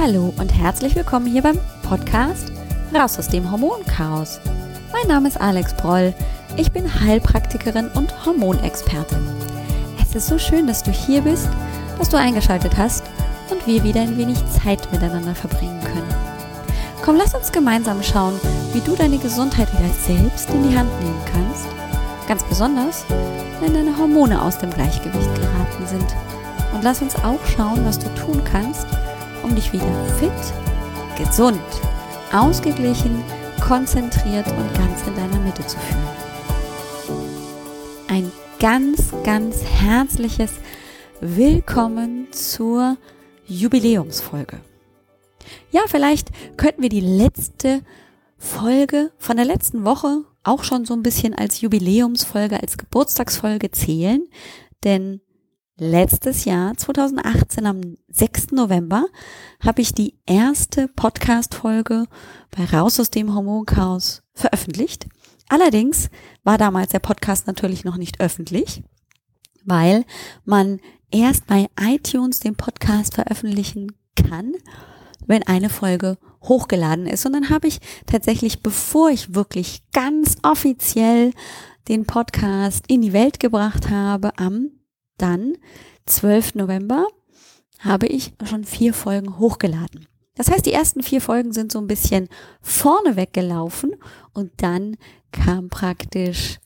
Hallo und herzlich willkommen hier beim Podcast Raus aus dem Hormonchaos. Mein Name ist Alex Broll, ich bin Heilpraktikerin und Hormonexpertin. Es ist so schön, dass du hier bist, dass du eingeschaltet hast und wir wieder ein wenig Zeit miteinander verbringen können. Komm, lass uns gemeinsam schauen, wie du deine Gesundheit wieder selbst in die Hand nehmen kannst. Ganz besonders, wenn deine Hormone aus dem Gleichgewicht geraten sind. Und lass uns auch schauen, was du tun kannst, um dich wieder fit, gesund, ausgeglichen, konzentriert und ganz in deiner Mitte zu fühlen. Ein ganz, ganz herzliches Willkommen zur Jubiläumsfolge. Ja, vielleicht könnten wir die letzte Folge von der letzten Woche auch schon so ein bisschen als Jubiläumsfolge, als Geburtstagsfolge zählen, denn letztes Jahr, 2018, am 6. November, habe ich die erste Podcast-Folge bei Raus aus dem Hormonchaos veröffentlicht. Allerdings war damals der Podcast natürlich noch nicht öffentlich, weil man erst bei iTunes den Podcast veröffentlichen kann, wenn eine Folge hochgeladen ist. Und dann habe ich tatsächlich, bevor ich wirklich ganz offiziell den Podcast in die Welt gebracht habe, am dann 12. November habe ich schon 4 Folgen hochgeladen. Das heißt, die ersten 4 Folgen sind so ein bisschen vorneweg gelaufen und dann kam praktisch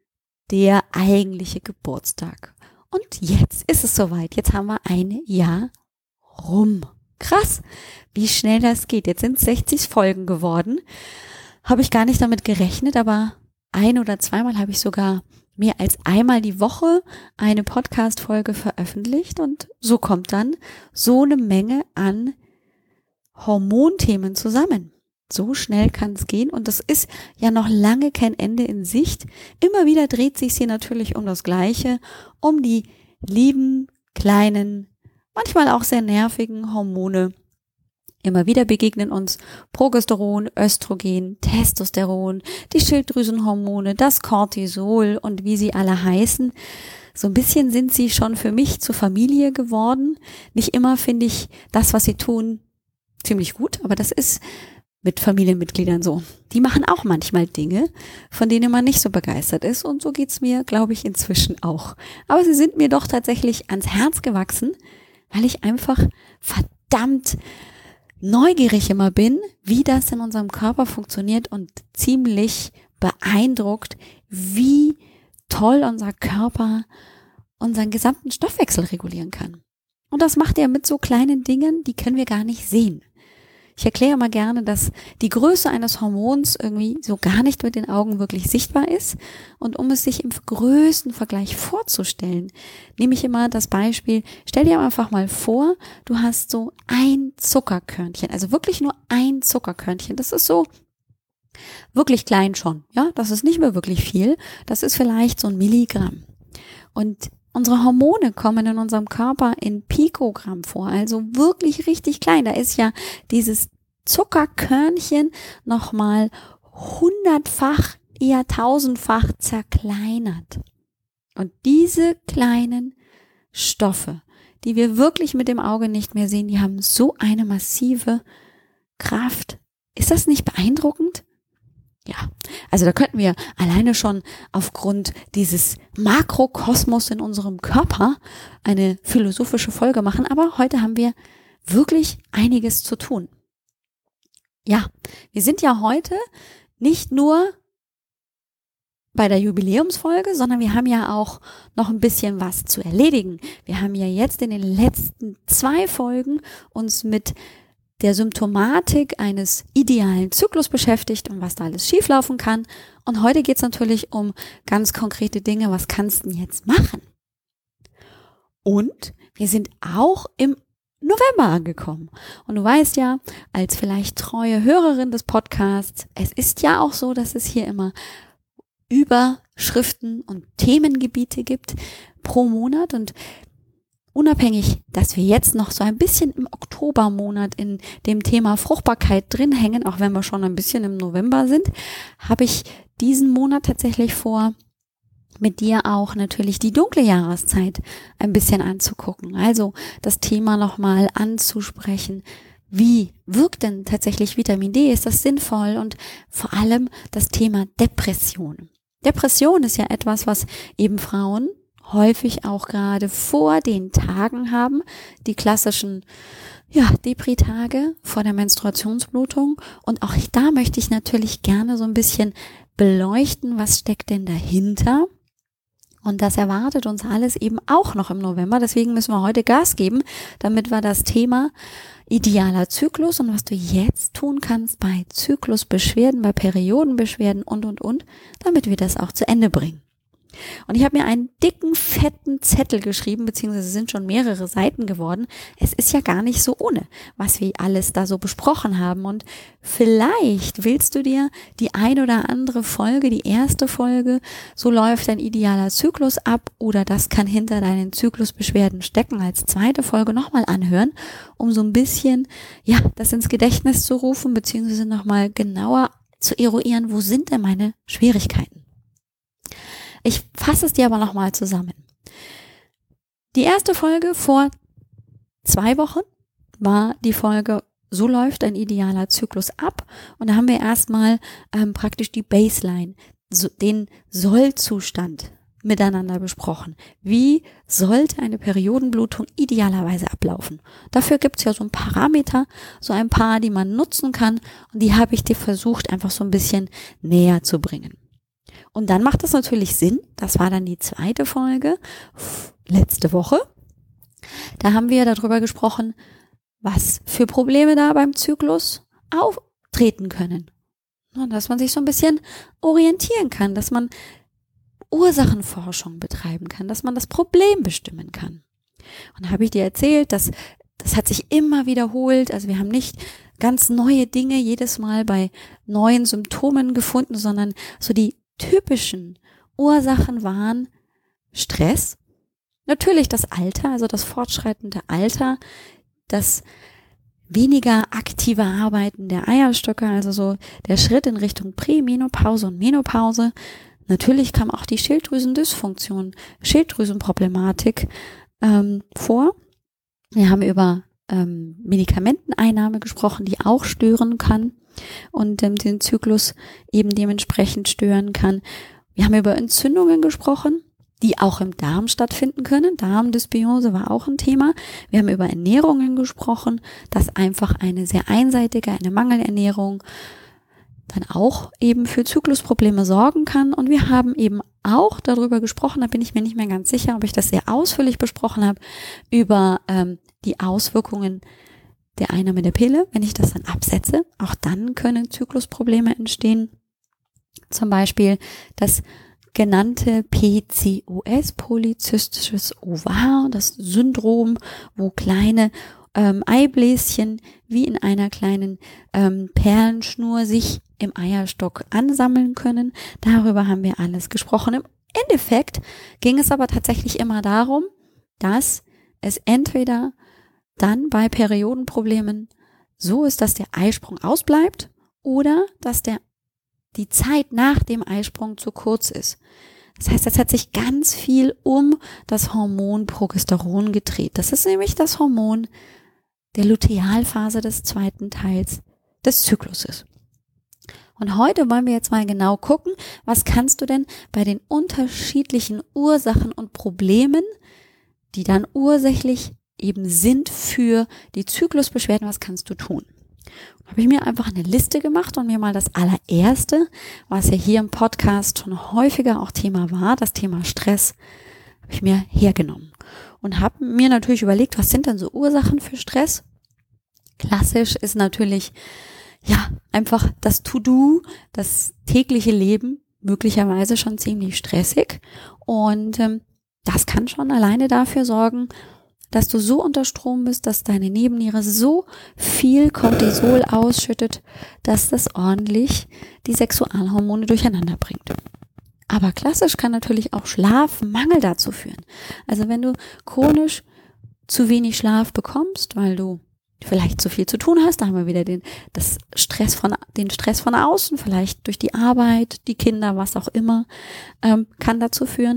der eigentliche Geburtstag. Und jetzt ist es soweit. Jetzt haben wir ein Jahr rum. Krass, wie schnell das geht. Jetzt sind es 60 Folgen geworden. Habe ich gar nicht damit gerechnet, aber ein- oder zweimal habe ich sogar mehr als einmal die Woche eine Podcast-Folge veröffentlicht und so kommt dann so eine Menge an Hormonthemen zusammen. So schnell kann es gehen und das ist ja noch lange kein Ende in Sicht. Immer wieder dreht sich hier natürlich um das Gleiche, um die lieben, kleinen, manchmal auch sehr nervigen Hormone. Immer wieder begegnen uns Progesteron, Östrogen, Testosteron, die Schilddrüsenhormone, das Cortisol und wie sie alle heißen. So ein bisschen sind sie schon für mich zur Familie geworden. Nicht immer finde ich das, was sie tun, ziemlich gut, aber das ist mit Familienmitgliedern so. Die machen auch manchmal Dinge, von denen man nicht so begeistert ist und so geht's mir, glaube ich, inzwischen auch. Aber sie sind mir doch tatsächlich ans Herz gewachsen, weil ich einfach verdammt neugierig immer bin, wie das in unserem Körper funktioniert und ziemlich beeindruckt, wie toll unser Körper unseren gesamten Stoffwechsel regulieren kann. Und das macht er mit so kleinen Dingen, die können wir gar nicht sehen. Ich erkläre mal gerne, dass die Größe eines Hormons irgendwie so gar nicht mit den Augen wirklich sichtbar ist. Und um es sich im größten Vergleich vorzustellen, nehme ich immer das Beispiel, stell dir einfach mal vor, du hast so ein Zuckerkörnchen, also wirklich nur ein Zuckerkörnchen. Das ist so wirklich klein schon, ja, das ist nicht mehr wirklich viel. Das ist vielleicht so 1 Milligramm. Und unsere Hormone kommen in unserem Körper in Pikogramm vor, also wirklich richtig klein. Da ist ja dieses Zuckerkörnchen nochmal 100-fach, eher 1000-fach zerkleinert. Und diese kleinen Stoffe, die wir wirklich mit dem Auge nicht mehr sehen, die haben so eine massive Kraft. Ist das nicht beeindruckend? Ja, also da könnten wir alleine schon aufgrund dieses Makrokosmos in unserem Körper eine philosophische Folge machen, aber heute haben wir wirklich einiges zu tun. Ja, wir sind ja heute nicht nur bei der Jubiläumsfolge, sondern wir haben ja auch noch ein bisschen was zu erledigen. Wir haben ja jetzt in den letzten 2 Folgen uns mit der Symptomatik eines idealen Zyklus beschäftigt und was da alles schieflaufen kann. Und heute geht es natürlich um ganz konkrete Dinge. Was kannst du denn jetzt machen? Und wir sind auch im November angekommen. Und du weißt ja, als vielleicht treue Hörerin des Podcasts, es ist ja auch so, dass es hier immer Überschriften und Themengebiete gibt pro Monat und unabhängig, dass wir jetzt noch so ein bisschen im Oktobermonat in dem Thema Fruchtbarkeit drin hängen, auch wenn wir schon ein bisschen im November sind, habe ich diesen Monat tatsächlich vor, mit dir auch natürlich die dunkle Jahreszeit ein bisschen anzugucken. Also das Thema nochmal anzusprechen. wie wirkt denn tatsächlich Vitamin D? Ist das sinnvoll? Und vor allem das Thema Depression. Depression ist ja etwas, was eben Frauen häufig auch gerade vor den Tagen haben, die klassischen Depri-Tage vor der Menstruationsblutung. Und auch da möchte ich natürlich gerne so ein bisschen beleuchten, was steckt denn dahinter. Und das erwartet uns alles eben auch noch im November. Deswegen müssen wir heute Gas geben, damit wir das Thema idealer Zyklus und was du jetzt tun kannst bei Zyklusbeschwerden, bei Periodenbeschwerden und, damit wir das auch zu Ende bringen. Und ich habe mir einen dicken, fetten Zettel geschrieben, beziehungsweise sind schon mehrere Seiten geworden. Es ist ja gar nicht so ohne, was wir alles da so besprochen haben. Und vielleicht willst du dir die ein oder andere Folge, die erste Folge, so läuft dein idealer Zyklus ab oder das kann hinter deinen Zyklusbeschwerden stecken, als zweite Folge nochmal anhören, um so ein bisschen, das ins Gedächtnis zu rufen, beziehungsweise nochmal genauer zu eruieren, wo sind denn meine Schwierigkeiten? Ich fasse es dir aber nochmal zusammen. Die erste Folge vor 2 Wochen war die Folge So läuft ein idealer Zyklus ab. Und da haben wir erstmal praktisch die Baseline, den Sollzustand miteinander besprochen. Wie sollte eine Periodenblutung idealerweise ablaufen? Dafür gibt es ja so ein Parameter, so ein paar, die man nutzen kann. Und die habe ich dir versucht, einfach so ein bisschen näher zu bringen. Und dann macht es natürlich Sinn, das war dann die zweite Folge, letzte Woche. Da haben wir darüber gesprochen, was für Probleme da beim Zyklus auftreten können. Und dass man sich so ein bisschen orientieren kann, dass man Ursachenforschung betreiben kann, dass man das Problem bestimmen kann. Und da habe ich dir erzählt, dass das hat sich immer wiederholt. Also wir haben nicht ganz neue Dinge jedes Mal bei neuen Symptomen gefunden, sondern so die typischen Ursachen waren Stress, natürlich das Alter, also das fortschreitende Alter, das weniger aktive Arbeiten der Eierstöcke, also so der Schritt in Richtung Prämenopause und Menopause. Natürlich kam auch die Schilddrüsendysfunktion, Schilddrüsenproblematik vor. Wir haben über Medikamenteneinnahme gesprochen, die auch stören kann und den Zyklus eben dementsprechend stören kann. Wir haben über Entzündungen gesprochen, die auch im Darm stattfinden können. Darmdysbiose war auch ein Thema. Wir haben über Ernährungen gesprochen, dass einfach eine sehr einseitige, eine Mangelernährung dann auch eben für Zyklusprobleme sorgen kann. Und wir haben eben auch darüber gesprochen, da bin ich mir nicht mehr ganz sicher, ob ich das sehr ausführlich besprochen habe, über die Auswirkungen der Einnahme der Pille, wenn ich das dann absetze. Auch dann können Zyklusprobleme entstehen. Zum Beispiel das genannte PCOS, polyzystisches Ovar, das Syndrom, wo kleine Eibläschen wie in einer kleinen Perlenschnur sich im Eierstock ansammeln können. Darüber haben wir alles gesprochen. Im Endeffekt ging es aber tatsächlich immer darum, dass es entweder dann bei Periodenproblemen so ist, dass der Eisprung ausbleibt oder dass die Zeit nach dem Eisprung zu kurz ist. Das heißt, es hat sich ganz viel um das Hormon Progesteron gedreht. Das ist nämlich das Hormon der Lutealphase des zweiten Teils des Zykluses. Und heute wollen wir jetzt mal genau gucken, was kannst du denn bei den unterschiedlichen Ursachen und Problemen, die dann ursächlich eben sind für die Zyklusbeschwerden, was kannst du tun? Habe ich mir einfach eine Liste gemacht und mir mal das allererste, was ja hier im Podcast schon häufiger auch Thema war, das Thema Stress, habe ich mir hergenommen und habe mir natürlich überlegt, was sind denn so Ursachen für Stress? Klassisch ist natürlich einfach das To-Do, das tägliche Leben, möglicherweise schon ziemlich stressig und das kann schon alleine dafür sorgen, dass du so unter Strom bist, dass deine Nebenniere so viel Cortisol ausschüttet, dass das ordentlich die Sexualhormone durcheinander bringt. Aber klassisch kann natürlich auch Schlafmangel dazu führen. Also wenn du chronisch zu wenig Schlaf bekommst, weil du vielleicht zu viel zu tun hast, da haben wir wieder den Stress von außen, vielleicht durch die Arbeit, die Kinder, was auch immer, kann dazu führen,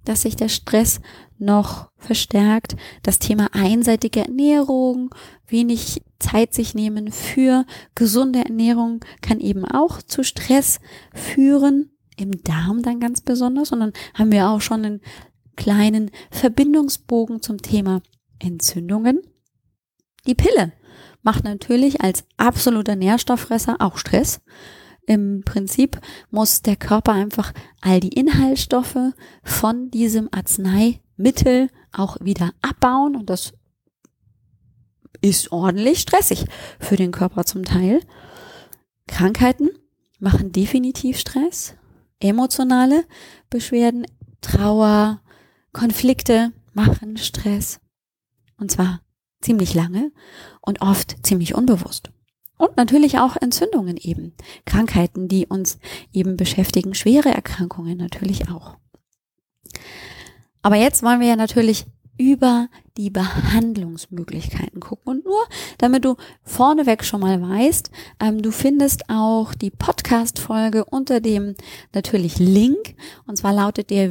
dass sich der Stress noch verstärkt. Das Thema einseitige Ernährung, wenig Zeit sich nehmen für gesunde Ernährung kann eben auch zu Stress führen, im Darm dann ganz besonders. Und dann haben wir auch schon einen kleinen Verbindungsbogen zum Thema Entzündungen. Die Pille macht natürlich als absoluter Nährstofffresser auch Stress. Im Prinzip muss der Körper einfach all die Inhaltsstoffe von diesem Arzneimittel auch wieder abbauen und das ist ordentlich stressig für den Körper zum Teil. Krankheiten machen definitiv Stress. Emotionale Beschwerden, Trauer, Konflikte machen Stress. Und zwar ziemlich lange und oft ziemlich unbewusst. Und natürlich auch Entzündungen eben. Krankheiten, die uns eben beschäftigen. Schwere Erkrankungen natürlich auch. Aber jetzt wollen wir ja natürlich über die Behandlungsmöglichkeiten gucken. Und nur, damit du vorneweg schon mal weißt, du findest auch die Podcast-Folge unter dem natürlich Link. Und zwar lautet der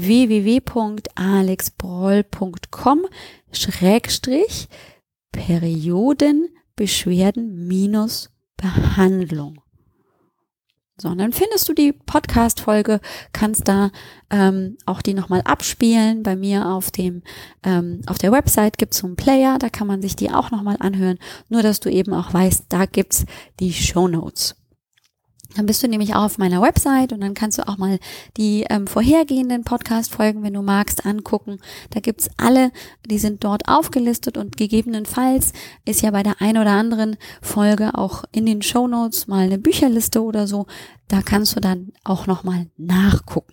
www.alexbroll.com/Periodenbeschwerden-Behandlung. So, und dann findest du die Podcast-Folge, kannst da auch die nochmal abspielen. Bei mir auf der Website gibt's so einen Player, da kann man sich die auch nochmal anhören. Nur, dass du eben auch weißt, da gibt's die Shownotes. Dann bist du nämlich auch auf meiner Website und dann kannst du auch mal die vorhergehenden Podcast-Folgen, wenn du magst, angucken. Da gibt's alle, die sind dort aufgelistet und gegebenenfalls ist ja bei der ein oder anderen Folge auch in den Shownotes mal eine Bücherliste oder so. Da kannst du dann auch nochmal nachgucken.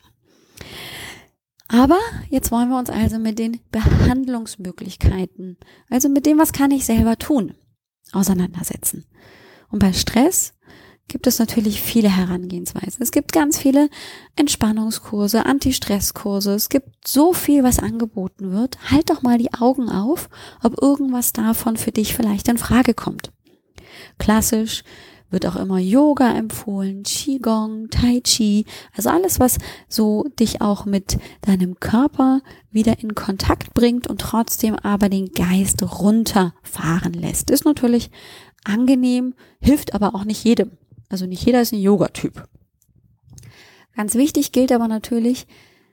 Aber jetzt wollen wir uns also mit den Behandlungsmöglichkeiten, also mit dem, was kann ich selber tun, auseinandersetzen. Und bei Stress gibt es natürlich viele Herangehensweisen. Es gibt ganz viele Entspannungskurse, Anti-Stress-Kurse. Es gibt so viel, was angeboten wird. Halt doch mal die Augen auf, ob irgendwas davon für dich vielleicht in Frage kommt. Klassisch wird auch immer Yoga empfohlen, Qigong, Tai Chi, also alles, was so dich auch mit deinem Körper wieder in Kontakt bringt und trotzdem aber den Geist runterfahren lässt. Ist natürlich angenehm, hilft aber auch nicht jedem. Also nicht jeder ist ein Yoga-Typ. Ganz wichtig gilt aber natürlich,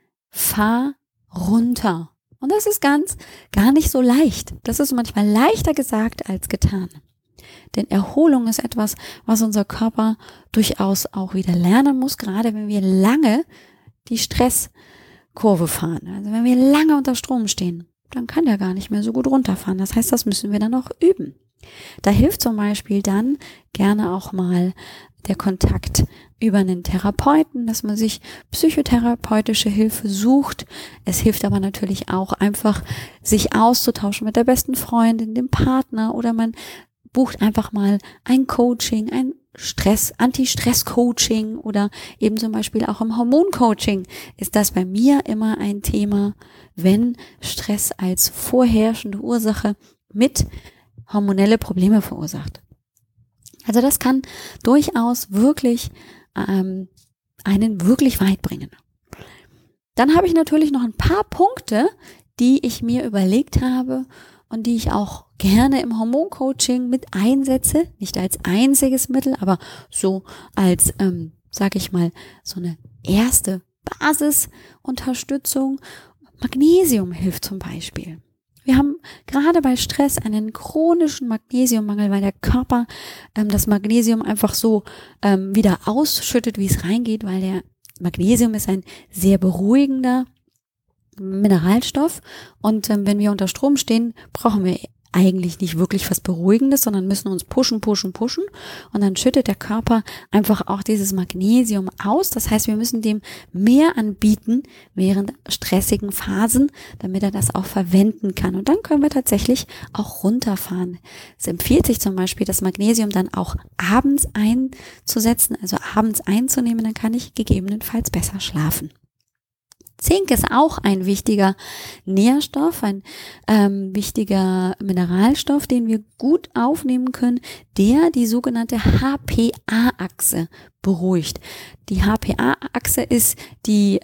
fahr runter. Und das ist gar nicht so leicht. Das ist manchmal leichter gesagt als getan. Denn Erholung ist etwas, was unser Körper durchaus auch wieder lernen muss, gerade wenn wir lange die Stresskurve fahren. Also wenn wir lange unter Strom stehen, dann kann der gar nicht mehr so gut runterfahren. Das heißt, das müssen wir dann auch üben. Da hilft zum Beispiel dann gerne auch mal der Kontakt über einen Therapeuten, dass man sich psychotherapeutische Hilfe sucht. Es hilft aber natürlich auch einfach, sich auszutauschen mit der besten Freundin, dem Partner oder man bucht einfach mal ein Coaching, ein Anti-Stress-Coaching oder eben zum Beispiel auch im Hormoncoaching ist das bei mir immer ein Thema, wenn Stress als vorherrschende Ursache mit hormonelle Probleme verursacht. Also das kann durchaus wirklich einen wirklich weit bringen. Dann habe ich natürlich noch ein paar Punkte, die ich mir überlegt habe und die ich auch gerne im Hormoncoaching mit einsetze. Nicht als einziges Mittel, aber so als, sage ich mal, so eine erste Basisunterstützung. Magnesium hilft zum Beispiel. Wir haben gerade bei Stress einen chronischen Magnesiummangel, weil der Körper das Magnesium einfach so wieder ausschüttet, wie es reingeht, weil der Magnesium ist ein sehr beruhigender Mineralstoff und wenn wir unter Strom stehen, brauchen wir eigentlich nicht wirklich was Beruhigendes, sondern müssen uns pushen und dann schüttet der Körper einfach auch dieses Magnesium aus. Das heißt, wir müssen dem mehr anbieten während stressigen Phasen, damit er das auch verwenden kann. Und dann können wir tatsächlich auch runterfahren. Es empfiehlt sich zum Beispiel, das Magnesium dann auch abends einzusetzen, also abends einzunehmen, dann kann ich gegebenenfalls besser schlafen. Zink ist auch ein wichtiger Nährstoff, ein wichtiger Mineralstoff, den wir gut aufnehmen können, der die sogenannte HPA-Achse beruhigt. Die HPA-Achse ist die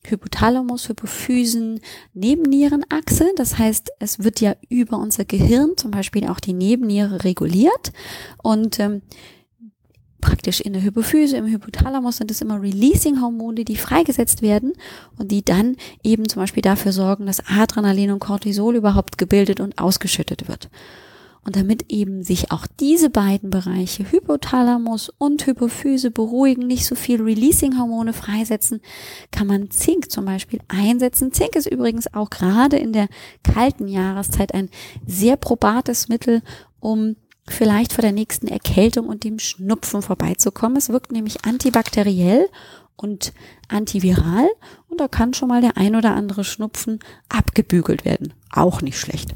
Hypothalamus-Hypophysen-Nebennierenachse. Das heißt, es wird ja über unser Gehirn zum Beispiel auch die Nebenniere reguliert und praktisch in der Hypophyse, im Hypothalamus sind es immer Releasing-Hormone, die freigesetzt werden und die dann eben zum Beispiel dafür sorgen, dass Adrenalin und Cortisol überhaupt gebildet und ausgeschüttet wird. Und damit eben sich auch diese beiden Bereiche, Hypothalamus und Hypophyse, beruhigen, nicht so viel Releasing-Hormone freisetzen, kann man Zink zum Beispiel einsetzen. Zink ist übrigens auch gerade in der kalten Jahreszeit ein sehr probates Mittel, um vielleicht vor der nächsten Erkältung und dem Schnupfen vorbeizukommen. Es wirkt nämlich antibakteriell und antiviral und da kann schon mal der ein oder andere Schnupfen abgebügelt werden. Auch nicht schlecht.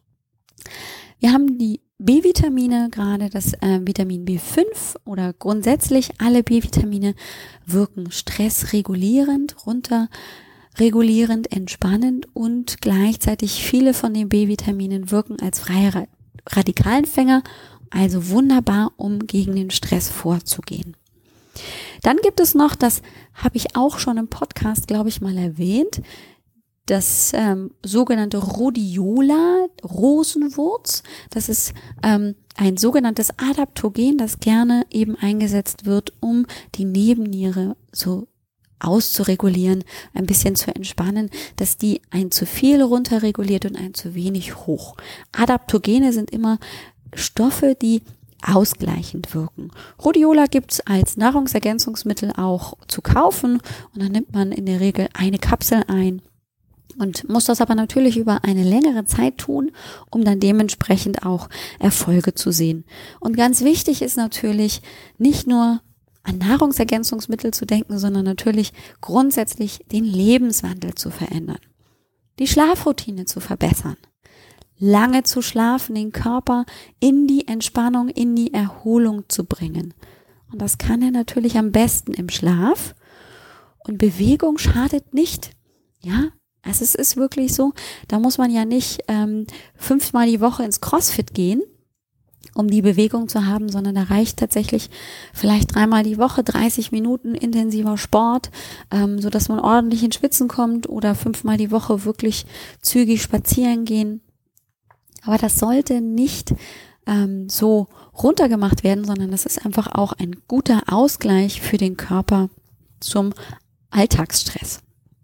Wir haben die B-Vitamine, gerade das Vitamin B5 oder grundsätzlich alle B-Vitamine wirken stressregulierend, runterregulierend, entspannend und gleichzeitig viele von den B-Vitaminen wirken als freie Radikalenfänger, also wunderbar, um gegen den Stress vorzugehen. Dann gibt es noch, das habe ich auch schon im Podcast, glaube ich, mal erwähnt, das sogenannte Rhodiola, Rosenwurz. Das ist ein sogenanntes Adaptogen, das gerne eben eingesetzt wird, um die Nebenniere so auszuregulieren, ein bisschen zu entspannen, dass die ein zu viel runterreguliert und ein zu wenig hoch. Adaptogene sind immer Stoffe, die ausgleichend wirken. Rhodiola gibt's als Nahrungsergänzungsmittel auch zu kaufen und dann nimmt man in der Regel eine Kapsel ein und muss das aber natürlich über eine längere Zeit tun, um dann dementsprechend auch Erfolge zu sehen. Und ganz wichtig ist natürlich nicht nur an Nahrungsergänzungsmittel zu denken, sondern natürlich grundsätzlich den Lebenswandel zu verändern, die Schlafroutine zu verbessern, lange zu schlafen, den Körper in die Entspannung, in die Erholung zu bringen. Und das kann er natürlich am besten im Schlaf. Und Bewegung schadet nicht. Ja, also es ist wirklich so, da muss man ja nicht 5-mal die Woche ins CrossFit gehen, um die Bewegung zu haben, sondern da reicht tatsächlich vielleicht 3-mal die Woche 30 Minuten intensiver Sport, so dass man ordentlich in Schwitzen kommt oder 5-mal die Woche wirklich zügig spazieren gehen. Aber das sollte nicht so runtergemacht werden, sondern das ist einfach auch ein guter Ausgleich für den Körper zum Alltagsstress.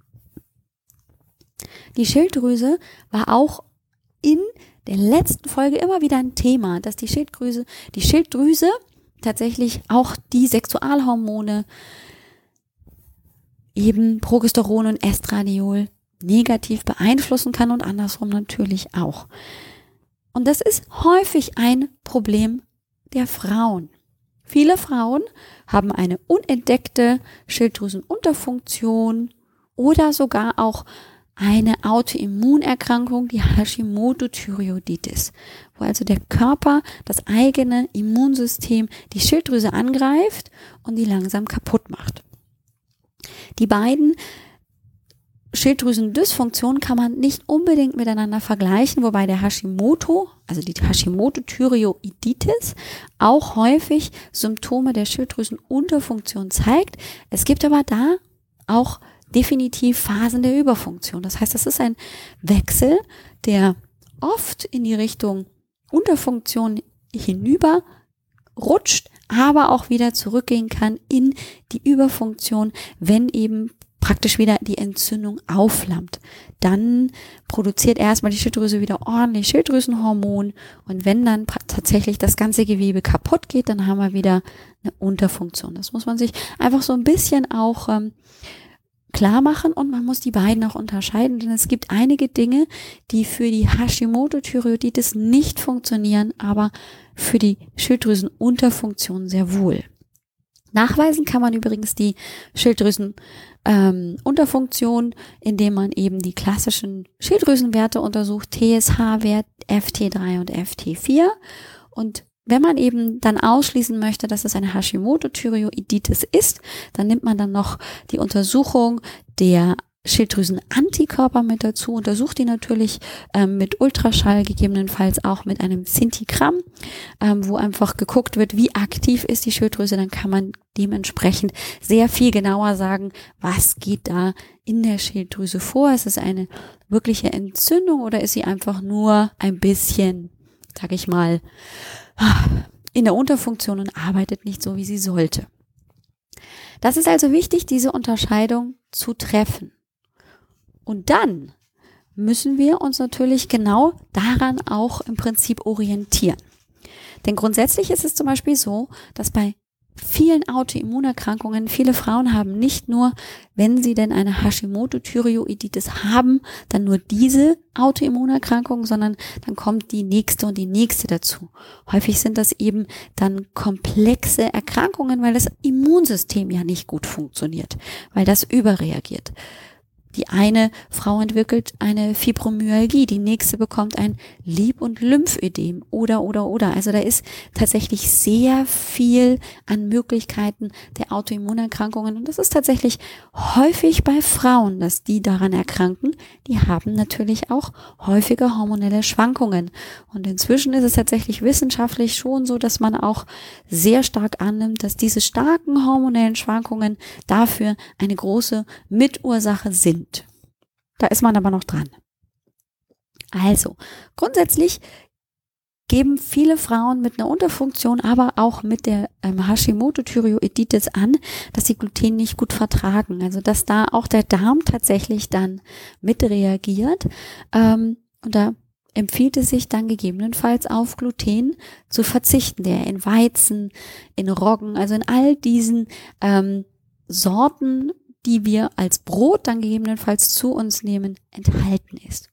Die Schilddrüse war auch in der letzten Folge immer wieder ein Thema, dass die Schilddrüse tatsächlich auch die Sexualhormone, eben Progesteron und Estradiol, negativ beeinflussen kann und andersrum natürlich auch. Und das ist häufig ein Problem der Frauen. Viele Frauen haben eine unentdeckte Schilddrüsenunterfunktion oder sogar auch eine Autoimmunerkrankung, die Hashimoto-Thyreoiditis, wo also der Körper, das eigene Immunsystem, die Schilddrüse angreift und die langsam kaputt macht. Die beiden Schilddrüsendysfunktionen kann man nicht unbedingt miteinander vergleichen, wobei der Hashimoto, also die Hashimoto-Thyreoiditis, auch häufig Symptome der Schilddrüsenunterfunktion zeigt. Es gibt aber da auch definitiv Phasen der Überfunktion. Das heißt, das ist ein Wechsel, der oft in die Richtung Unterfunktion hinüber rutscht, aber auch wieder zurückgehen kann in die Überfunktion, wenn eben praktisch wieder die Entzündung aufflammt. Dann produziert erstmal die Schilddrüse wieder ordentlich Schilddrüsenhormon und wenn dann tatsächlich das ganze Gewebe kaputt geht, dann haben wir wieder eine Unterfunktion. Das muss man sich einfach so ein bisschen auch klar machen und man muss die beiden auch unterscheiden, denn es gibt einige Dinge, die für die Hashimoto-Thyreoiditis nicht funktionieren, aber für die Schilddrüsenunterfunktion sehr wohl. Nachweisen kann man übrigens die Schilddrüsenunterfunktion, indem man eben die klassischen Schilddrüsenwerte untersucht, TSH-Wert, FT3 und FT4 und wenn man eben dann ausschließen möchte, dass es eine Hashimoto-Thyreoiditis ist, dann nimmt man dann noch die Untersuchung der Schilddrüsenantikörper mit dazu, untersucht die natürlich mit Ultraschall, gegebenenfalls auch mit einem Scintigramm, wo einfach geguckt wird, wie aktiv ist die Schilddrüse. Dann kann man dementsprechend sehr viel genauer sagen, was geht da in der Schilddrüse vor. Ist es eine wirkliche Entzündung oder ist sie einfach nur ein bisschen, sag ich mal, in der Unterfunktion und arbeitet nicht so, wie sie sollte. Das ist also wichtig, diese Unterscheidung zu treffen. Und dann müssen wir uns natürlich genau daran auch im Prinzip orientieren. Denn grundsätzlich ist es zum Beispiel so, dass bei vielen Autoimmunerkrankungen viele Frauen haben nicht nur, wenn sie denn eine Hashimoto-Thyreoiditis haben, dann nur diese Autoimmunerkrankung, sondern dann kommt die nächste und die nächste dazu. Häufig sind das eben dann komplexe Erkrankungen, weil das Immunsystem ja nicht gut funktioniert, weil das überreagiert. Die eine Frau entwickelt eine Fibromyalgie, die nächste bekommt ein Lieb- und Lymphödem oder. Also da ist tatsächlich sehr viel an Möglichkeiten der Autoimmunerkrankungen und das ist tatsächlich häufig bei Frauen, dass die daran erkranken. Die haben natürlich auch häufige hormonelle Schwankungen und inzwischen ist es tatsächlich wissenschaftlich schon so, dass man auch sehr stark annimmt, dass diese starken hormonellen Schwankungen dafür eine große Mitursache sind. Da ist man aber noch dran. Also, grundsätzlich geben viele Frauen mit einer Unterfunktion, aber auch mit der Hashimoto-Thyreoiditis an, dass sie Gluten nicht gut vertragen. Also, dass da auch der Darm tatsächlich dann mit reagiert. Und da empfiehlt es sich dann gegebenenfalls auf Gluten zu verzichten, der in Weizen, in Roggen, also in all diesen Sorten, die wir als Brot dann gegebenenfalls zu uns nehmen, enthalten ist.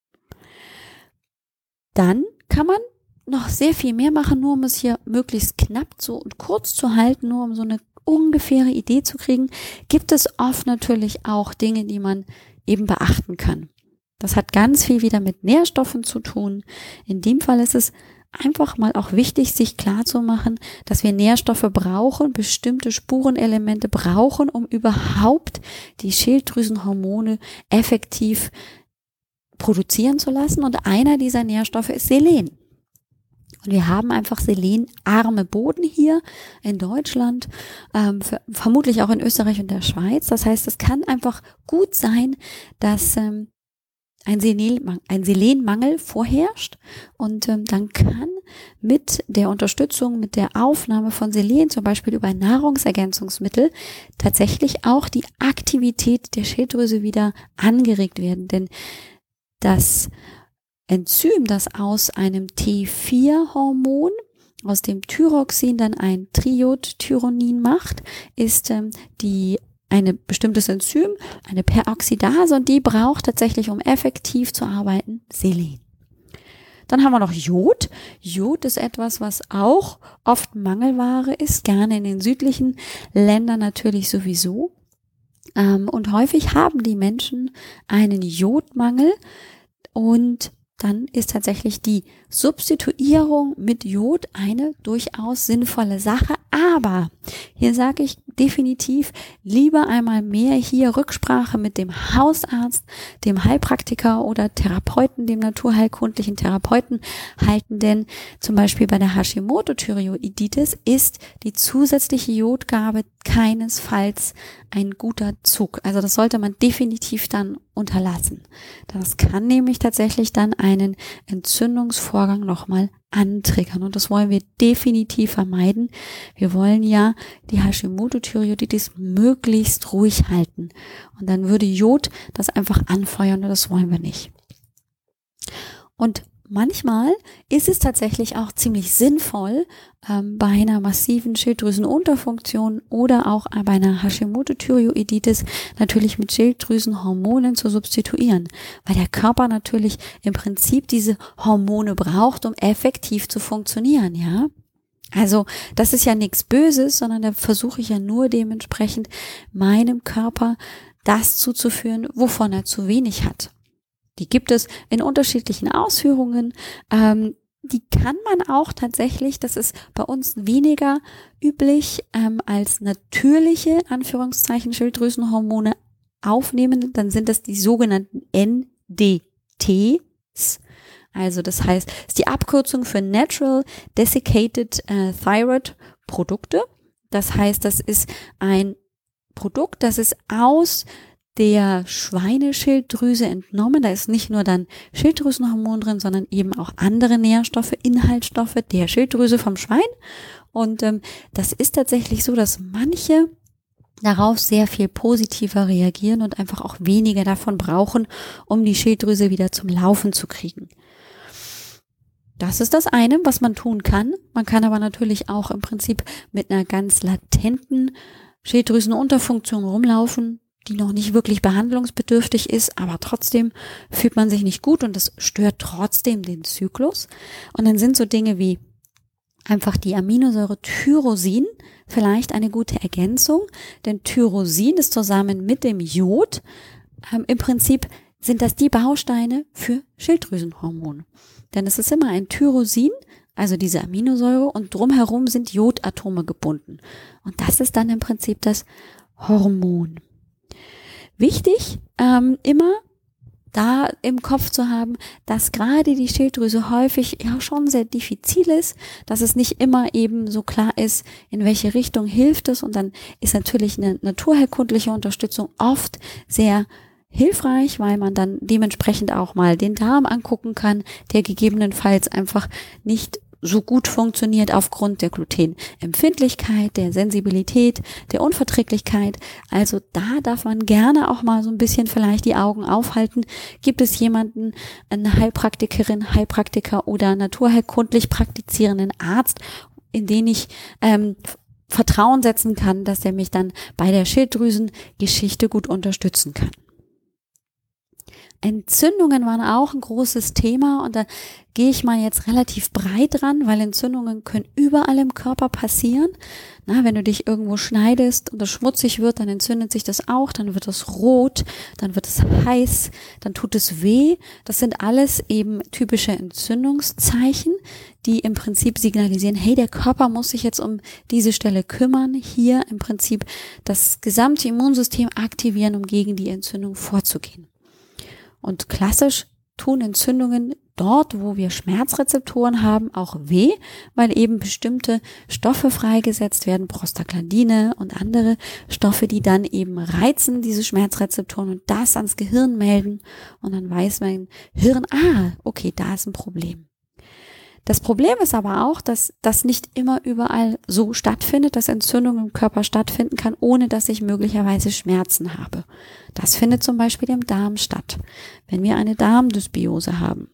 Dann kann man noch sehr viel mehr machen, nur um es hier möglichst knapp so und kurz zu halten, nur um so eine ungefähre Idee zu kriegen, gibt es oft natürlich auch Dinge, die man eben beachten kann. Das hat ganz viel wieder mit Nährstoffen zu tun. In dem Fall ist es einfach mal auch wichtig, sich klar zu machen, dass wir Nährstoffe brauchen, bestimmte Spurenelemente brauchen, um überhaupt die Schilddrüsenhormone effektiv produzieren zu lassen. Und einer dieser Nährstoffe ist Selen. Und wir haben einfach selenarme Boden hier in Deutschland, vermutlich auch in Österreich und der Schweiz. Das heißt, es kann einfach gut sein, dass ein Selenmangel vorherrscht und dann kann mit der Unterstützung, mit der Aufnahme von Selen, zum Beispiel über Nahrungsergänzungsmittel, tatsächlich auch die Aktivität der Schilddrüse wieder angeregt werden. Denn das Enzym, das aus einem T4-Hormon, aus dem Thyroxin dann ein Triiodthyronin macht, ist eine bestimmtes Enzym, eine Peroxidase und die braucht tatsächlich, um effektiv zu arbeiten, Selen. Dann haben wir noch Jod. Jod ist etwas, was auch oft Mangelware ist, gerne in den südlichen Ländern natürlich sowieso. Und häufig haben die Menschen einen Jodmangel und dann ist tatsächlich die Substituierung mit Jod eine durchaus sinnvolle Sache. Aber hier sage ich definitiv lieber einmal mehr hier Rücksprache mit dem Hausarzt, dem Heilpraktiker oder Therapeuten, dem naturheilkundlichen Therapeuten halten. Denn zum Beispiel bei der Hashimoto-Thyreoiditis ist die zusätzliche Jodgabe keinesfalls ein guter Zug. Also das sollte man definitiv dann unterlassen. Das kann nämlich tatsächlich dann einen Entzündungsvorgang nochmal antriggern und das wollen wir definitiv vermeiden. Wir wollen ja die Hashimoto-Thyreoiditis möglichst ruhig halten und dann würde Jod das einfach anfeuern und das wollen wir nicht. Und manchmal ist es tatsächlich auch ziemlich sinnvoll, bei einer massiven Schilddrüsenunterfunktion oder auch bei einer Hashimoto-Thyreoiditis natürlich mit Schilddrüsenhormonen zu substituieren, weil der Körper natürlich im Prinzip diese Hormone braucht, um effektiv zu funktionieren, ja. Also das ist ja nichts Böses, sondern da versuche ich ja nur dementsprechend meinem Körper das zuzuführen, wovon er zu wenig hat. Die gibt es in unterschiedlichen Ausführungen. Die kann man auch tatsächlich, das ist bei uns weniger üblich, als natürliche, Anführungszeichen, Schilddrüsenhormone aufnehmen, dann sind das die sogenannten NDTs. Also das heißt, es ist die Abkürzung für Natural Desiccated Thyroid Produkte. Das heißt, das ist ein Produkt, das ist aus der Schweineschilddrüse entnommen. Da ist nicht nur dann Schilddrüsenhormon drin, sondern eben auch andere Nährstoffe, Inhaltsstoffe der Schilddrüse vom Schwein. Und das ist tatsächlich so, dass manche darauf sehr viel positiver reagieren und einfach auch weniger davon brauchen, um die Schilddrüse wieder zum Laufen zu kriegen. Das ist das eine, was man tun kann. Man kann aber natürlich auch im Prinzip mit einer ganz latenten Schilddrüsenunterfunktion rumlaufen, die noch nicht wirklich behandlungsbedürftig ist, aber trotzdem fühlt man sich nicht gut und das stört trotzdem den Zyklus. Und dann sind so Dinge wie einfach die Aminosäure Tyrosin vielleicht eine gute Ergänzung, denn Tyrosin ist zusammen mit dem Jod im Prinzip sind das die Bausteine für Schilddrüsenhormone. Denn es ist immer ein Tyrosin, also diese Aminosäure, und drumherum sind Jodatome gebunden. Und das ist dann im Prinzip das Hormon. Wichtig, immer da im Kopf zu haben, dass gerade die Schilddrüse häufig ja schon sehr diffizil ist, dass es nicht immer eben so klar ist, in welche Richtung hilft es. Und dann ist natürlich eine naturheilkundliche Unterstützung oft sehr hilfreich, weil man dann dementsprechend auch mal den Darm angucken kann, der gegebenenfalls einfach nicht so gut funktioniert aufgrund der Glutenempfindlichkeit, der Sensibilität, der Unverträglichkeit. Also da darf man gerne auch mal so ein bisschen vielleicht die Augen aufhalten. Gibt es jemanden, eine Heilpraktikerin, Heilpraktiker oder naturheilkundlich praktizierenden Arzt, in den ich Vertrauen setzen kann, dass er mich dann bei der Schilddrüsengeschichte gut unterstützen kann. Entzündungen waren auch ein großes Thema und da gehe ich mal jetzt relativ breit dran, weil Entzündungen können überall im Körper passieren. Na, wenn du dich irgendwo schneidest und das schmutzig wird, dann entzündet sich das auch, dann wird es rot, dann wird es heiß, dann tut es weh. Das sind alles eben typische Entzündungszeichen, die im Prinzip signalisieren, hey, der Körper muss sich jetzt um diese Stelle kümmern, hier im Prinzip das gesamte Immunsystem aktivieren, um gegen die Entzündung vorzugehen. Und klassisch tun Entzündungen dort, wo wir Schmerzrezeptoren haben, auch weh, weil eben bestimmte Stoffe freigesetzt werden, Prostaglandine und andere Stoffe, die dann eben reizen, diese Schmerzrezeptoren und das ans Gehirn melden. Und dann weiß mein Hirn, okay, da ist ein Problem. Das Problem ist aber auch, dass das nicht immer überall so stattfindet, dass Entzündung im Körper stattfinden kann, ohne dass ich möglicherweise Schmerzen habe. Das findet zum Beispiel im Darm statt, wenn wir eine Darmdysbiose haben.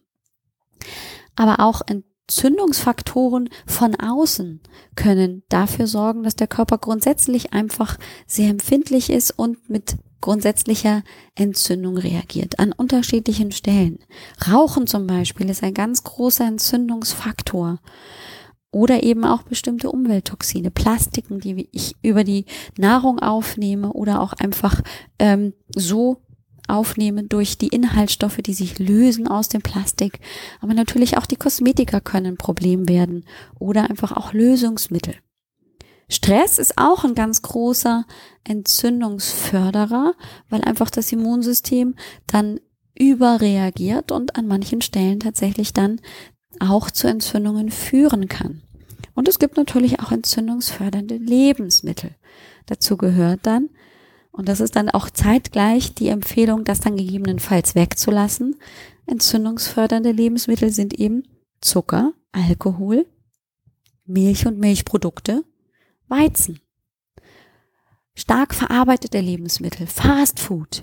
Aber auch Entzündungsfaktoren von außen können dafür sorgen, dass der Körper grundsätzlich einfach sehr empfindlich ist und mit grundsätzlicher Entzündung reagiert an unterschiedlichen Stellen. Rauchen zum Beispiel ist ein ganz großer Entzündungsfaktor. Oder eben auch bestimmte Umwelttoxine, Plastiken, die ich über die Nahrung aufnehme oder auch einfach so aufnehmen durch die Inhaltsstoffe, die sich lösen aus dem Plastik. Aber natürlich auch die Kosmetika können ein Problem werden oder einfach auch Lösungsmittel. Stress ist auch ein ganz großer Entzündungsförderer, weil einfach das Immunsystem dann überreagiert und an manchen Stellen tatsächlich dann auch zu Entzündungen führen kann. Und es gibt natürlich auch entzündungsfördernde Lebensmittel. Dazu gehört dann, und das ist dann auch zeitgleich die Empfehlung, das dann gegebenenfalls wegzulassen, entzündungsfördernde Lebensmittel sind eben Zucker, Alkohol, Milch und Milchprodukte, Weizen, stark verarbeitete Lebensmittel, Fast Food,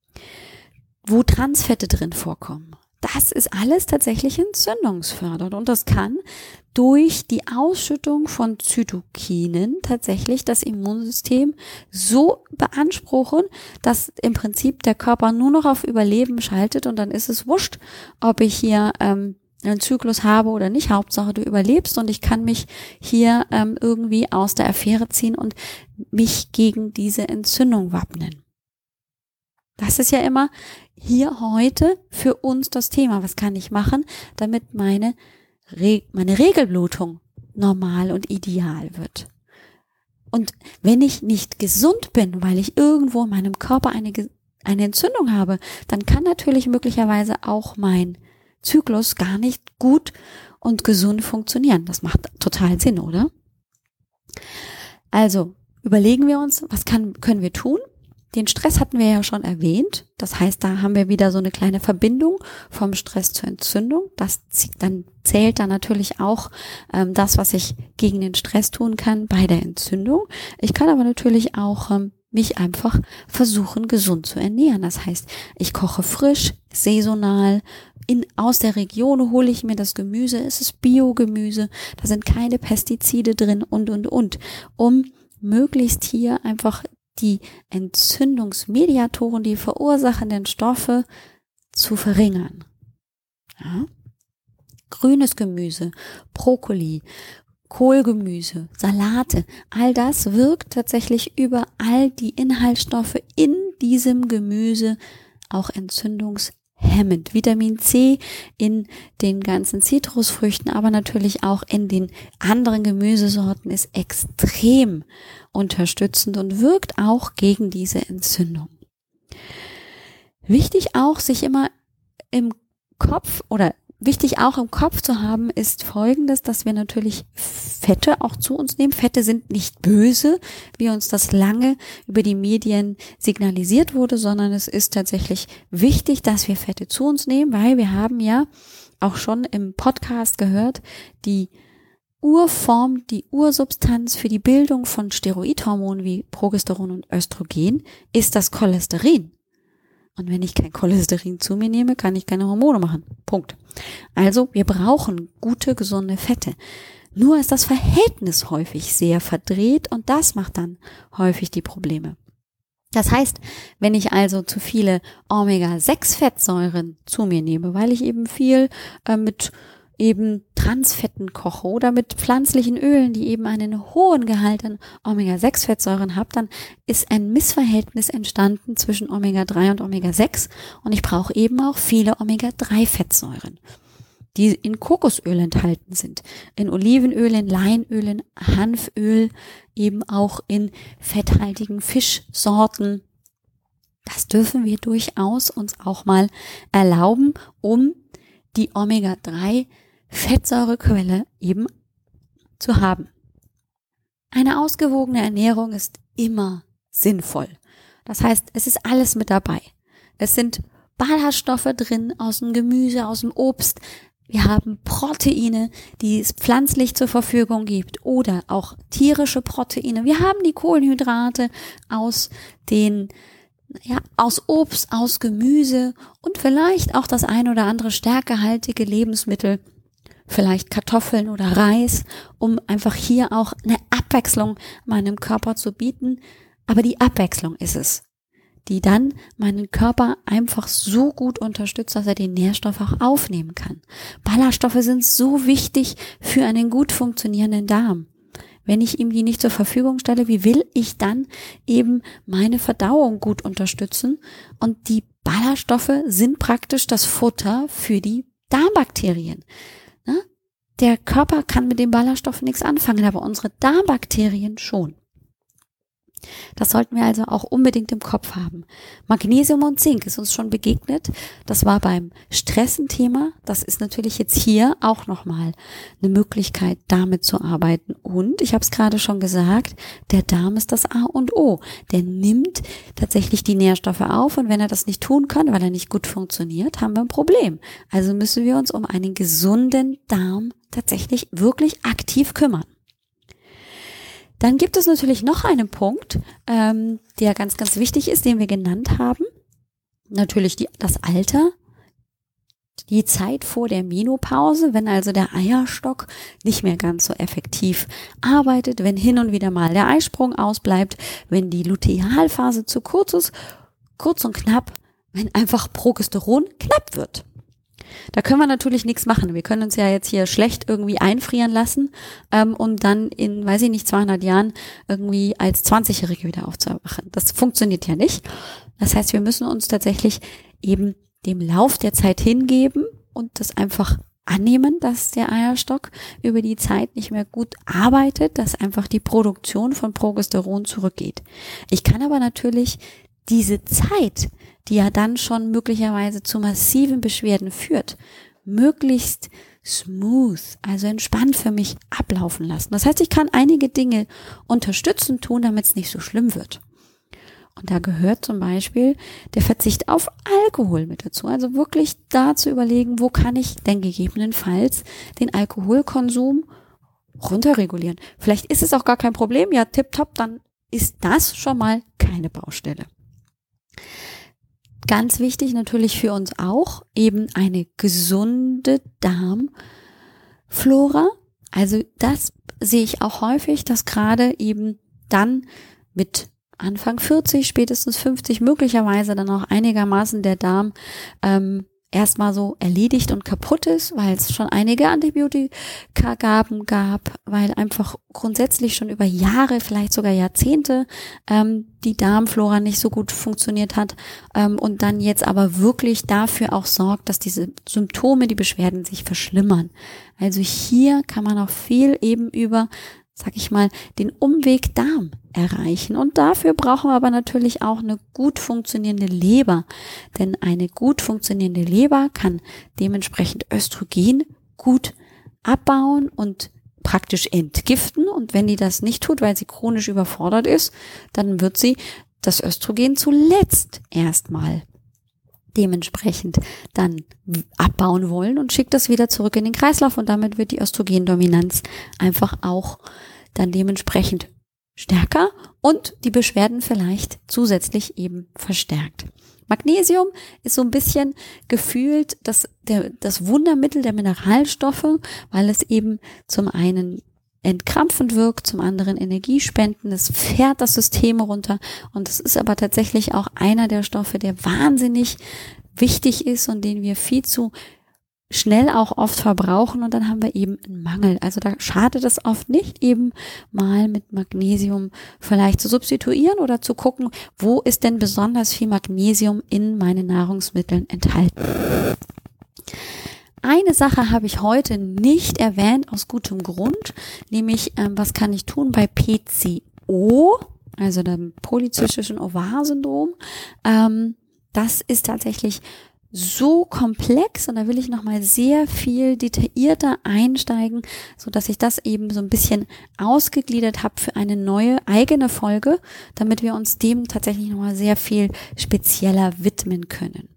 wo Transfette drin vorkommen. Das ist alles tatsächlich entzündungsfördernd und das kann durch die Ausschüttung von Zytokinen tatsächlich das Immunsystem so beanspruchen, dass im Prinzip der Körper nur noch auf Überleben schaltet und dann ist es wurscht, ob ich hier einen Zyklus habe oder nicht. Hauptsache du überlebst und ich kann mich hier irgendwie aus der Affäre ziehen und mich gegen diese Entzündung wappnen. Das ist ja immer hier heute für uns das Thema. Was kann ich machen, damit meine Regelblutung normal und ideal wird? Und wenn ich nicht gesund bin, weil ich irgendwo in meinem Körper eine Entzündung habe, dann kann natürlich möglicherweise auch mein Zyklus gar nicht gut und gesund funktionieren. Das macht total Sinn, oder? Also überlegen wir uns, was können wir tun? Den Stress hatten wir ja schon erwähnt. Das heißt, da haben wir wieder so eine kleine Verbindung vom Stress zur Entzündung. Dann zählt da natürlich auch das, was ich gegen den Stress tun kann bei der Entzündung. Ich kann aber natürlich auch mich einfach versuchen, gesund zu ernähren. Das heißt, ich koche frisch, saisonal, aus der Region hole ich mir das Gemüse, es ist Biogemüse, da sind keine Pestizide drin und, um möglichst hier einfach die Entzündungsmediatoren, die verursachenden Stoffe zu verringern. Ja? Grünes Gemüse, Brokkoli, Kohlgemüse, Salate, all das wirkt tatsächlich über all die Inhaltsstoffe in diesem Gemüse auch entzündungshemmend. Vitamin C in den ganzen Zitrusfrüchten, aber natürlich auch in den anderen Gemüsesorten ist extrem unterstützend und wirkt auch gegen diese Entzündung. Wichtig auch im Kopf zu haben, ist Folgendes, dass wir natürlich Fette auch zu uns nehmen. Fette sind nicht böse, wie uns das lange über die Medien signalisiert wurde, sondern es ist tatsächlich wichtig, dass wir Fette zu uns nehmen, weil wir haben ja auch schon im Podcast gehört, die Urform, die Ursubstanz für die Bildung von Steroidhormonen wie Progesteron und Östrogen ist das Cholesterin. Und wenn ich kein Cholesterin zu mir nehme, kann ich keine Hormone machen. Punkt. Also wir brauchen gute, gesunde Fette. Nur ist das Verhältnis häufig sehr verdreht und das macht dann häufig die Probleme. Das heißt, wenn ich also zu viele Omega-6-Fettsäuren zu mir nehme, weil ich eben viel mit eben Transfetten koche oder mit pflanzlichen Ölen, die eben einen hohen Gehalt an Omega-6-Fettsäuren haben, dann ist ein Missverhältnis entstanden zwischen Omega-3 und Omega-6 und ich brauche eben auch viele Omega-3-Fettsäuren, die in Kokosöl enthalten sind, in Olivenöl, in Leinöl, in Hanföl, eben auch in fetthaltigen Fischsorten. Das dürfen wir durchaus uns auch mal erlauben, um die Omega-3-Fettsäurequelle eben zu haben. Eine ausgewogene Ernährung ist immer sinnvoll. Das heißt, es ist alles mit dabei. Es sind Ballaststoffe drin aus dem Gemüse, aus dem Obst. Wir haben Proteine, die es pflanzlich zur Verfügung gibt oder auch tierische Proteine. Wir haben die Kohlenhydrate aus Obst, aus Gemüse und vielleicht auch das ein oder andere stärkehaltige Lebensmittel, vielleicht Kartoffeln oder Reis, um einfach hier auch eine Abwechslung meinem Körper zu bieten. Aber die Abwechslung ist es, die dann meinen Körper einfach so gut unterstützt, dass er den Nährstoff auch aufnehmen kann. Ballaststoffe sind so wichtig für einen gut funktionierenden Darm. Wenn ich ihm die nicht zur Verfügung stelle, wie will ich dann eben meine Verdauung gut unterstützen? Und die Ballaststoffe sind praktisch das Futter für die Darmbakterien. Der Körper kann mit den Ballaststoffen nichts anfangen, aber unsere Darmbakterien schon. Das sollten wir also auch unbedingt im Kopf haben. Magnesium und Zink ist uns schon begegnet. Das war beim Stress ein Thema. Das ist natürlich jetzt hier auch nochmal eine Möglichkeit, damit zu arbeiten. Und ich habe es gerade schon gesagt, der Darm ist das A und O. Der nimmt tatsächlich die Nährstoffe auf und wenn er das nicht tun kann, weil er nicht gut funktioniert, haben wir ein Problem. Also müssen wir uns um einen gesunden Darm tatsächlich wirklich aktiv kümmern. Dann gibt es natürlich noch einen Punkt, der ganz, ganz wichtig ist, den wir genannt haben. Natürlich das Alter, die Zeit vor der Menopause, wenn also der Eierstock nicht mehr ganz so effektiv arbeitet, wenn hin und wieder mal der Eisprung ausbleibt, wenn die Lutealphase zu kurz ist, kurz und knapp, wenn einfach Progesteron knapp wird. Da können wir natürlich nichts machen. Wir können uns ja jetzt hier schlecht irgendwie einfrieren lassen, um dann in, 200 Jahren irgendwie als 20-Jährige wieder aufzuwachen. Das funktioniert ja nicht. Das heißt, wir müssen uns tatsächlich eben dem Lauf der Zeit hingeben und das einfach annehmen, dass der Eierstock über die Zeit nicht mehr gut arbeitet, dass einfach die Produktion von Progesteron zurückgeht. Ich kann aber natürlich diese Zeit, die ja dann schon möglicherweise zu massiven Beschwerden führt, möglichst smooth, also entspannt für mich ablaufen lassen. Das heißt, ich kann einige Dinge unterstützen tun, damit es nicht so schlimm wird. Und da gehört zum Beispiel der Verzicht auf Alkohol mit dazu. Also wirklich da zu überlegen, wo kann ich denn gegebenenfalls den Alkoholkonsum runterregulieren. Vielleicht ist es auch gar kein Problem, ja tipptopp, dann ist das schon mal keine Baustelle. Ganz wichtig natürlich für uns auch eben eine gesunde Darmflora. Also das sehe ich auch häufig, dass gerade eben dann mit Anfang 40, spätestens 50 möglicherweise dann auch einigermaßen der Darm erstmal so erledigt und kaputt ist, weil es schon einige Antibiotikagaben gab, weil einfach grundsätzlich schon über Jahre, vielleicht sogar Jahrzehnte die Darmflora nicht so gut funktioniert hat und dann jetzt aber wirklich dafür auch sorgt, dass diese Symptome, die Beschwerden sich verschlimmern. Also hier kann man auch viel eben über, sag ich mal, den Umweg Darm erreichen. Und dafür brauchen wir aber natürlich auch eine gut funktionierende Leber. Denn eine gut funktionierende Leber kann dementsprechend Östrogen gut abbauen und praktisch entgiften. Und wenn die das nicht tut, weil sie chronisch überfordert ist, dann wird sie das Östrogen zuletzt erstmal dementsprechend dann abbauen wollen und schickt das wieder zurück in den Kreislauf und damit wird die Östrogendominanz einfach auch dann dementsprechend stärker und die Beschwerden vielleicht zusätzlich eben verstärkt. Magnesium ist so ein bisschen gefühlt das Wundermittel der Mineralstoffe, weil es eben zum einen entkrampfend wirkt, zum anderen energiespendend, es fährt das System runter und es ist aber tatsächlich auch einer der Stoffe, der wahnsinnig wichtig ist und den wir viel zu schnell auch oft verbrauchen und dann haben wir eben einen Mangel. Also da schadet es oft nicht, eben mal mit Magnesium vielleicht zu substituieren oder zu gucken, wo ist denn besonders viel Magnesium in meinen Nahrungsmitteln enthalten. Eine Sache habe ich heute nicht erwähnt, aus gutem Grund, nämlich was kann ich tun bei PCO, also dem polyzystischen Ovar-Syndrom. Das ist tatsächlich so komplex und da will ich nochmal sehr viel detaillierter einsteigen, so dass ich das eben so ein bisschen ausgegliedert habe für eine neue eigene Folge, damit wir uns dem tatsächlich nochmal sehr viel spezieller widmen können.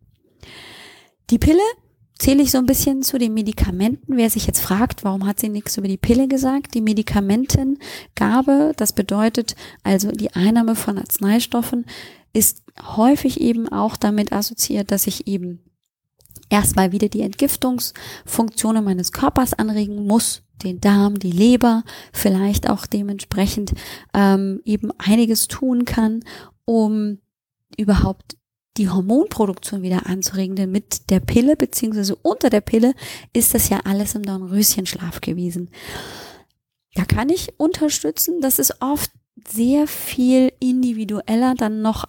Die Pille zähle ich so ein bisschen zu den Medikamenten. Wer sich jetzt fragt, warum hat sie nichts über die Pille gesagt? Die Medikamentengabe, das bedeutet also die Einnahme von Arzneistoffen, ist häufig eben auch damit assoziiert, dass ich eben erstmal wieder die Entgiftungsfunktionen meines Körpers anregen muss, den Darm, die Leber, vielleicht auch dementsprechend eben einiges tun kann, um überhaupt die Hormonproduktion wieder anzuregen, denn mit der Pille beziehungsweise unter der Pille ist das ja alles im Dornröschenschlaf gewesen. Da kann ich unterstützen, das ist oft sehr viel individueller dann noch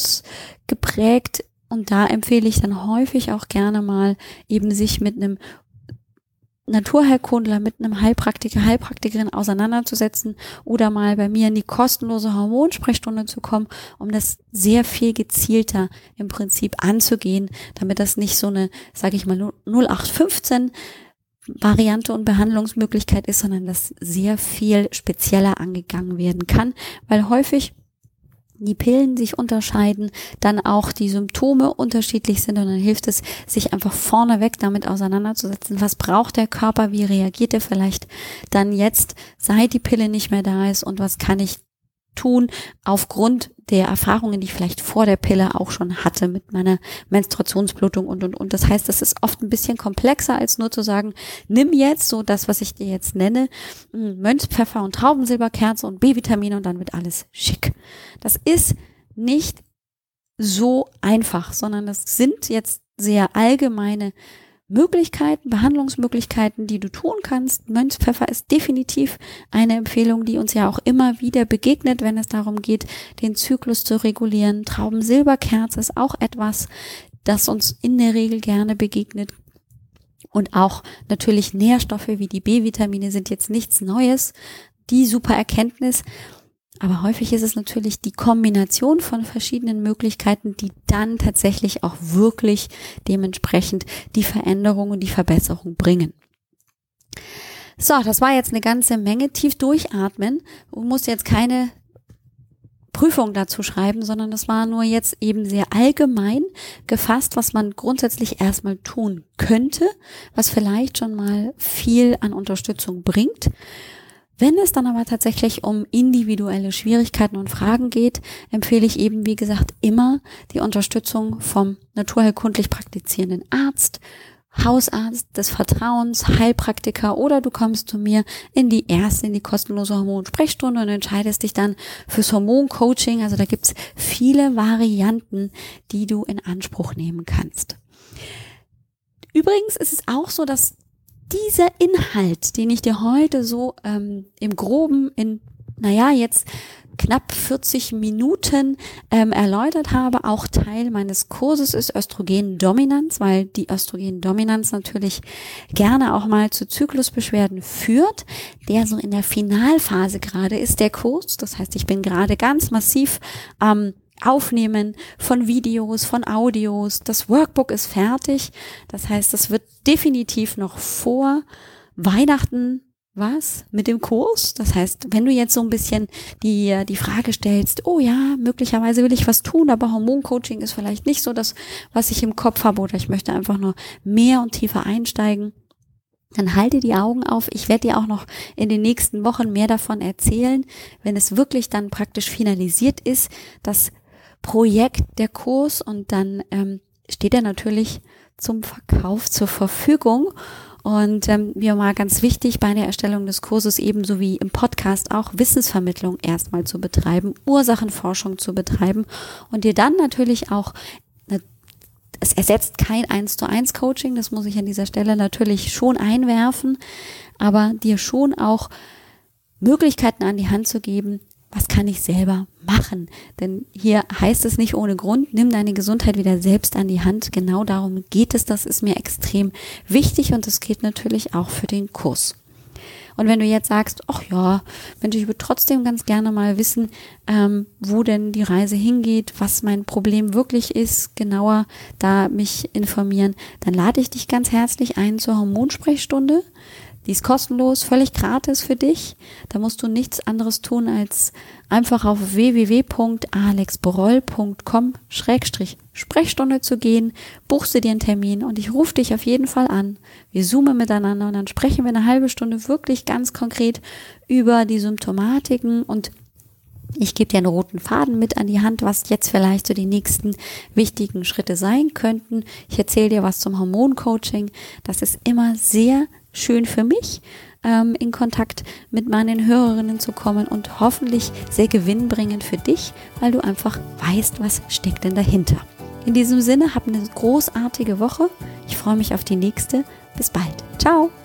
ausgeprägt und da empfehle ich dann häufig auch gerne mal eben sich mit einem Naturheilkundler, mit einem Heilpraktikerin auseinanderzusetzen oder mal bei mir in die kostenlose Hormonsprechstunde zu kommen, um das sehr viel gezielter im Prinzip anzugehen, damit das nicht so eine, sage ich mal, 0815 Variante und Behandlungsmöglichkeit ist, sondern das sehr viel spezieller angegangen werden kann, weil häufig die Pillen sich unterscheiden, dann auch die Symptome unterschiedlich sind und dann hilft es, sich einfach vorneweg damit auseinanderzusetzen, was braucht der Körper, wie reagiert er vielleicht dann jetzt, seit die Pille nicht mehr da ist und was kann ich tun aufgrund der Erfahrungen, die ich vielleicht vor der Pille auch schon hatte mit meiner Menstruationsblutung und. Das heißt, das ist oft ein bisschen komplexer als nur zu sagen, nimm jetzt so das, was ich dir jetzt nenne, Mönchspfeffer und Traubensilberkerze und B-Vitamine und dann wird alles schick. Das ist nicht so einfach, sondern das sind jetzt sehr allgemeine Möglichkeiten, Behandlungsmöglichkeiten, die du tun kannst. Mönchspfeffer ist definitiv eine Empfehlung, die uns ja auch immer wieder begegnet, wenn es darum geht, den Zyklus zu regulieren. Traubensilberkerze ist auch etwas, das uns in der Regel gerne begegnet. Und auch natürlich Nährstoffe wie die B-Vitamine sind jetzt nichts Neues. Die super Erkenntnis. Aber häufig ist es natürlich die Kombination von verschiedenen Möglichkeiten, die dann tatsächlich auch wirklich dementsprechend die Veränderung und die Verbesserung bringen. So, das war jetzt eine ganze Menge tief durchatmen und musste jetzt keine Prüfung dazu schreiben, sondern das war nur jetzt eben sehr allgemein gefasst, was man grundsätzlich erstmal tun könnte, was vielleicht schon mal viel an Unterstützung bringt. Wenn es dann aber tatsächlich um individuelle Schwierigkeiten und Fragen geht, empfehle ich eben, wie gesagt, immer die Unterstützung vom naturheilkundlich praktizierenden Arzt, Hausarzt des Vertrauens, Heilpraktiker, oder du kommst zu mir in die kostenlose Hormonsprechstunde und entscheidest dich dann fürs Hormoncoaching. Also da gibt's viele Varianten, die du in Anspruch nehmen kannst. Übrigens ist es auch so, dass dieser Inhalt, den ich dir heute so im Groben jetzt knapp 40 Minuten erläutert habe, auch Teil meines Kurses ist Östrogendominanz, weil die Östrogendominanz natürlich gerne auch mal zu Zyklusbeschwerden führt, der so in der Finalphase gerade ist, der Kurs. Das heißt, ich bin gerade ganz massiv am Aufnehmen von Videos, von Audios. Das Workbook ist fertig. Das heißt, das wird definitiv noch vor Weihnachten mit dem Kurs. Das heißt, wenn du jetzt so ein bisschen die Frage stellst, oh ja, möglicherweise will ich was tun, aber Hormoncoaching ist vielleicht nicht so das, was ich im Kopf habe, oder ich möchte einfach nur mehr und tiefer einsteigen, dann halte die Augen auf. Ich werde dir auch noch in den nächsten Wochen mehr davon erzählen, wenn es wirklich dann praktisch finalisiert ist, das Projekt, der Kurs, und dann steht er natürlich zum Verkauf zur Verfügung. Und mir war ganz wichtig, bei der Erstellung des Kurses ebenso wie im Podcast auch Wissensvermittlung erstmal zu betreiben, Ursachenforschung zu betreiben und dir dann natürlich auch, es ersetzt kein 1:1 Coaching, das muss ich an dieser Stelle natürlich schon einwerfen, aber dir schon auch Möglichkeiten an die Hand zu geben, was kann ich selber machen? Denn hier heißt es nicht ohne Grund, nimm deine Gesundheit wieder selbst an die Hand. Genau darum geht es. Das ist mir extrem wichtig und das geht natürlich auch für den Kurs. Und wenn du jetzt sagst, ach ja, Mensch, ich würde trotzdem ganz gerne mal wissen, wo denn die Reise hingeht, was mein Problem wirklich ist, genauer da mich informieren, dann lade ich dich ganz herzlich ein zur Hormonsprechstunde. Die ist kostenlos, völlig gratis für dich. Da musst du nichts anderes tun, als einfach auf www.alexbroll.com/Sprechstunde zu gehen, buchst du dir einen Termin und ich rufe dich auf jeden Fall an. Wir zoomen miteinander und dann sprechen wir eine halbe Stunde wirklich ganz konkret über die Symptomatiken und ich gebe dir einen roten Faden mit an die Hand, was jetzt vielleicht so die nächsten wichtigen Schritte sein könnten. Ich erzähle dir was zum Hormoncoaching. Das ist immer sehr schön für mich, in Kontakt mit meinen Hörerinnen zu kommen und hoffentlich sehr gewinnbringend für dich, weil du einfach weißt, was steckt denn dahinter. In diesem Sinne, hab eine großartige Woche. Ich freue mich auf die nächste. Bis bald. Ciao.